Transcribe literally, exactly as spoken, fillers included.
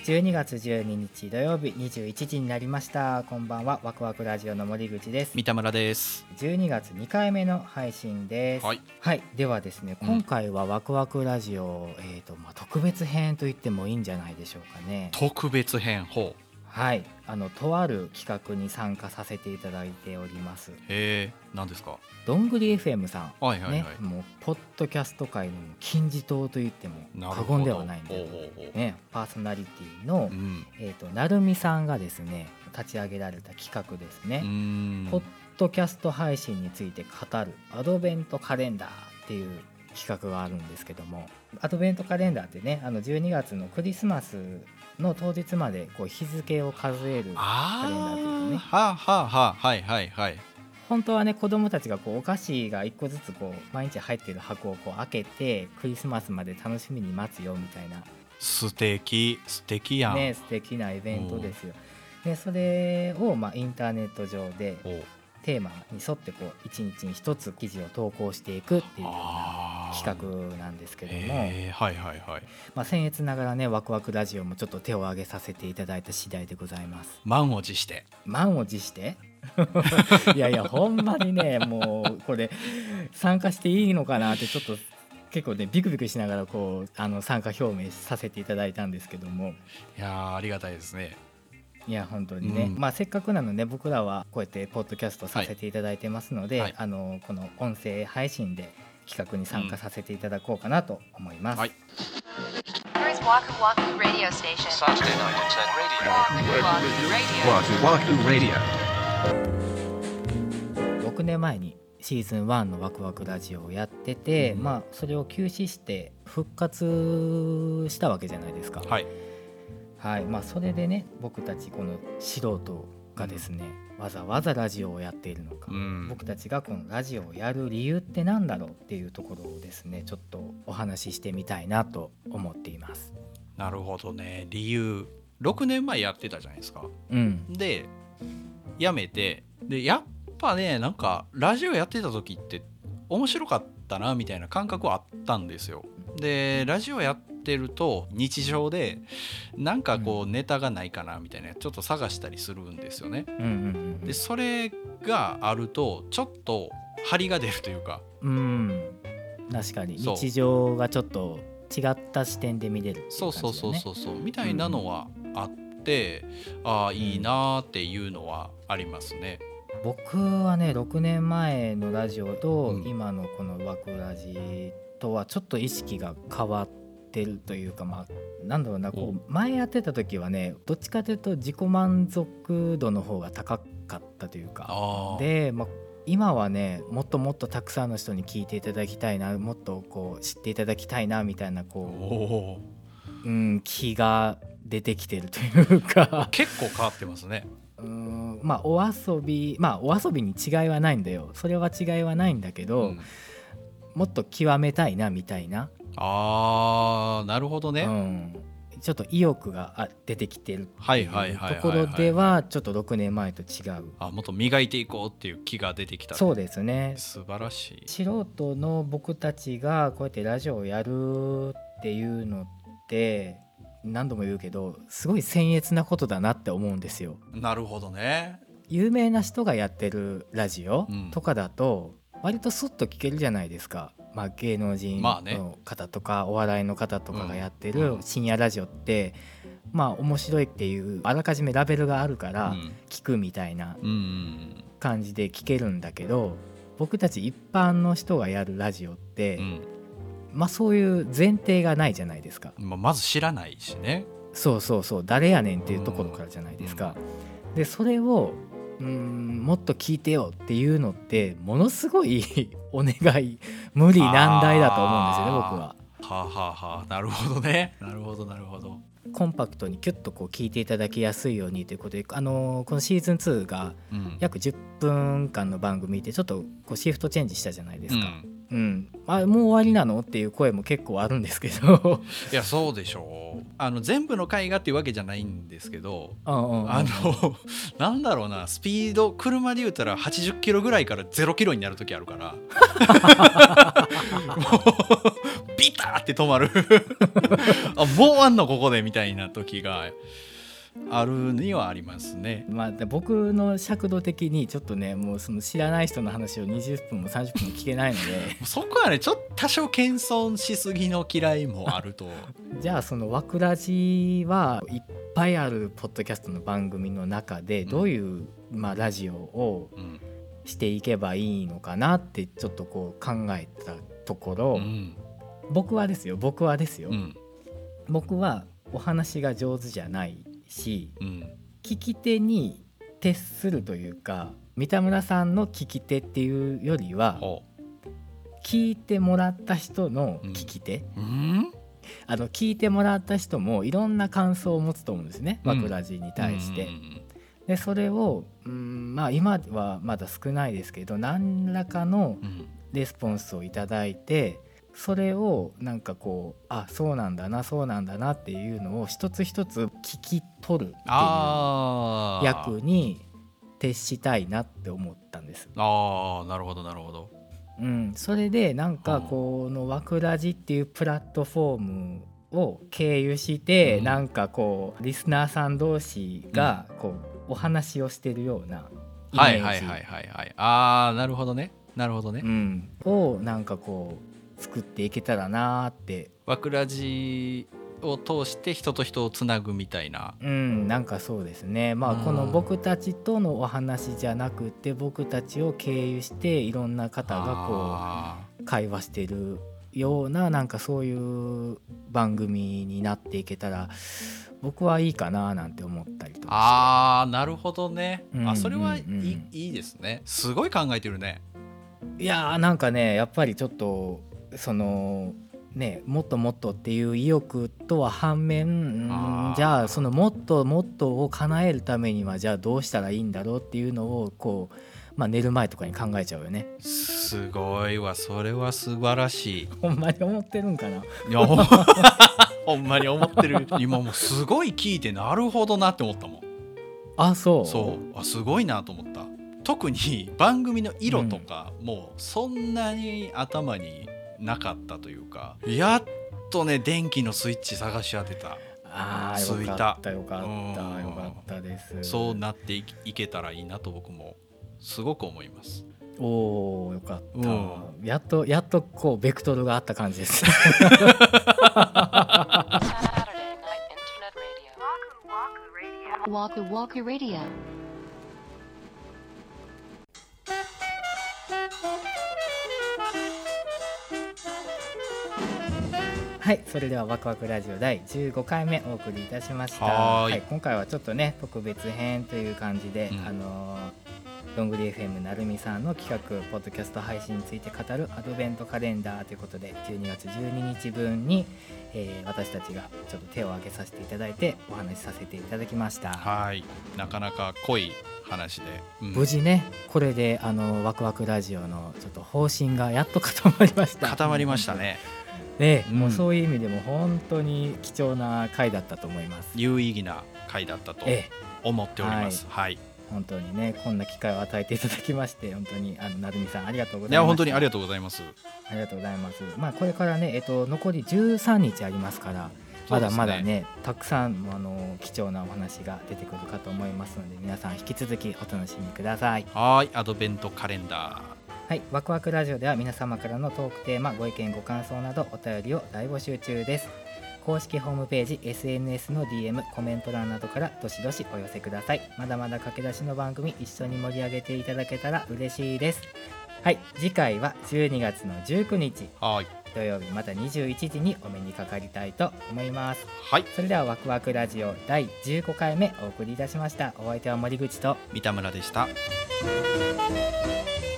じゅうにがつじゅうににち土曜日にじゅういちじになりました。こんばんは。ワクワクラジオの森口です。 三田村です。 じゅうにがつにかいめの配信です。 はい、 はい、ではですね、今回はワクワクラジオ、えーとまあ、特別編と言ってもいいんじゃないでしょうかね。 特別編、ほう。 はい、あのとある企画に参加させていただいております。 へえ、何ですか。 どんぐり エフエム さん、 はいはいはい、 ね、もうポッドキャスト界の金字塔と言っても過言ではないんで、ね、パーソナリティの、うん、えーと、なるみさんがですね立ち上げられた企画ですね。うーん、ポッドキャスト配信について語るアドベントカレンダーっていう企画があるんですけども、アドベントカレンダーってね、あのじゅうにがつのクリスマスの当日までこう日付を数えるカレンダーというね、 はあはあはあ、はいはいはい。 本当はね、子供たちがこうお菓子がいっこずつこう毎日入ってる箱をこう開けてクリスマスまで楽しみに待つよみたいな、 素敵素敵やんね、素敵なイベントですよ。でそれをまあインターネット上でテーマに沿ってこういちにちにひとつ記事を投稿していくっていうような企画なんですけども、 はいはいはい、 まあ、僭越ながらね、ワクワクラジオもちょっと手を挙げさせていただいた次第でございます。 満を持して満を持していやいや、ほんまにね、もうこれ参加していいのかなってちょっと結構ねビクビクしながらこうあの参加表明させていただいたんですけども、 いやありがたいですね。 いや本当にね、うん、まあせっかくなので僕らはこうやってポッドキャストさせていただいてますので、はい、あのこの音声配信で企画に参加させていただこうかなと思います。はい、ろくねんまえにシーズンワンのワクワクラジオをやってて、うん、まあそれを休止して復活したわけじゃないですか。はいはい、まあ、それでね、僕たちこの素人がですね、うん、わざわざラジオをやっているのか、うん、僕たちがこのラジオをやる理由ってなんだろうっていうところをですね、ちょっとお話ししてみたいなと思っています。 なるほどね。理由ろくねんまえやってたじゃないですか、うん、でやめて、でやっぱね、なんかラジオやってた時って面白かったなみたいな感覚はあったんですよ。でラジオやってると日常でなんかこうネタがないかなみたいなちょっと探したりするんですよね、うんうんうん、でそれがあるとちょっと張りが出るというか、うん、 確かに日常がちょっと違った視点で見れるっていう感じだよね。 そうそうそうそうみたいなのはあって、うん、ああいいなっていうのはありますね。 僕はね、ろくねんまえのラジオと今のこのワクラジとはちょっと意識が変わってるというか、まあなんだろうな、こう前やってた時はね、どっちかというと自己満足度の方が高かったというかで、まあ、今はね、もっともっとたくさんの人に聞いていただきたいな、もっとこう知っていただきたいなみたいなこう、うん、気が出てきてるというか結構変わってますね。 うーん、まあお遊びまあお遊びに違いはないんだよ。それは違いはないんだけど、うん、もっと極めたいなみたいな。 あー、なるほどね、うん、 ちょっと意欲が出てきてるっていうところではちょっとろくねんまえと違う。 あ、もっと磨いていこうっていう気が出てきた。 そうですね。 素晴らしい。 素人の僕たちがこうやってラジオをやるっていうのって何度も言うけどすごい僭越なことだなって思うんですよ。 なるほどね。 有名な人がやってるラジオとかだと割とスッと聞けるじゃないですか。まあ、芸能人の方とかお笑いの方とかがやってる深夜ラジオってまあ面白いっていうあらかじめラベルがあるから聞くみたいな感じで聞けるんだけど、僕たち一般の人がやるラジオってまあそういう前提がないじゃないですか。 まず知らないしね。 そうそうそう、誰やねんっていうところからじゃないですか。でそれをうーんもっと聞いてよっていうのってものすごいお願い無理難題だと思うんですよね、僕は。 はあ、はあはあ、なるほどね。なるほどなるほど。 コンパクトにキュッとこう聞いていただきやすいようにということで、あのー、このシーズンツーが約じゅっぷんかんの番組でちょっとこうシフトチェンジしたじゃないですか、うんうん、あもう終わりなのっていう声も結構あるんですけどいやそうでしょう。あの全部の回がっていうわけじゃないんですけど、あのなんだろうな、スピード車で言うたらはちじゅっキロぐらいからゼロキロになる時あるからもうビターって止まるあもうあんのここでみたいな時があるにはありますね。 まあ、僕の尺度的にちょっとねもうその知らない人の話をにじゅっぷんもさんじゅっぷんも聞けないのでそこはねちょっと多少謙遜しすぎの嫌いもあるとじゃあそのわくらじはいっぱいあるポッドキャストの番組の中でどういう、うんまあ、ラジオをしていけばいいのかなってちょっとこう考えたところ、うん、僕はですよ僕はですよ、うん、僕はお話が上手じゃないし、うん、聞き手に徹するというか三田村さんの聞き手っていうよりは聞いてもらった人の聞き手、うん、あの聞いてもらった人もいろんな感想を持つと思うんですね、わくらじに対して、うん、でそれを、うんまあ、今はまだ少ないですけど何らかのレスポンスをいただいてそれをなんかこうあそうなんだなそうなんだなっていうのを一つ一つ聞き取るっていう役に徹したいなって思ったんです。 ああなるほどなるほど、 うん、それでなんかこのわくらじっていうプラットフォームを経由して、うん、なんかこうリスナーさん同士がこうお話をしてるようなイメージ、はいはいはいはいはいああなるほどねなるほどね、 うん、をなんかこう作っていけたらなって。 わくらじを通して人と人をつなぐみたいな、 うん、なんかそうですね。まあこの僕たちとのお話じゃなくて僕たちを経由していろんな方がこう会話してるようななんかそういう番組になっていけたら僕はいいかななんて思ったりとかして。 あーなるほどね、うんうんうん、あそれはいい、いいですね。すごい考えてるね。 いやーなんかねやっぱりちょっとそのねもっともっとっていう意欲とは反面あじゃあそのもっともっとを叶えるためにはじゃあどうしたらいいんだろうっていうのをこう、まあ、寝る前とかに考えちゃうよね。 すごいわそれは素晴らしい。 ほんまに思ってるんかな。 いやほんまほんまに思ってる。今もうすごい聞いてなるほどなって思ったもん。 あそうそうあすごいなと思った。特に番組の色とかもそんなに頭になかったというか、うん、やっとね電気のスイッチ探し当てた。 あーよかったよかったよかったです。 そうなっていけたらいいなと僕もすごく思います。 おーよかった、うん、やっとやっとこうベクトルがあった感じです。 Waku Waku Radio。 はい、それではワクワクラジオだいじゅうごかいめお送りいたしました。は、はい、今回はちょっとね特別編という感じで、うん、あのどんぐり エフエム なるみさんの企画ポッドキャスト配信について語るアドベントカレンダーということでじゅうにがつじゅうににちぶんに、えー、私たちがちょっと手を挙げさせていただいてお話しさせていただきました。 はいなかなか濃い話で、 うん、無事ねこれであのワクワクラジオのちょっと方針がやっと固まりました。 固まりましたね。 ね、うん、もうそういう意味でも本当に貴重な回だったと思います。 有意義な回だったと思っております。はい、はい、 本当にねこんな機会を与えていただきまして本当にあのなるみさんありがとうございます。いや本当にありがとうございます。 ありがとうございます。まあこれからねえっと残りじゅうさんにちありますからまだまだ ね, ねたくさんあの貴重なお話が出てくるかと思いますので皆さん引き続きお楽しみください。 はいアドベントカレンダー。 はい、ワクワクラジオでは皆様からのトークテーマご意見ご感想などお便りを大募集中です。公式ホームページ エスエヌエス の ディーエム コメント欄などからどしどしお寄せください。まだまだ駆け出しの番組一緒に盛り上げていただけたら嬉しいです。はい次回はじゅうにがつのじゅうくにちはい土曜日またにじゅういちじにお目にかかりたいと思います。 はいそれではワクワクラジオだいじゅうごかいめお送りいたしました。お相手は森口と三田村でした。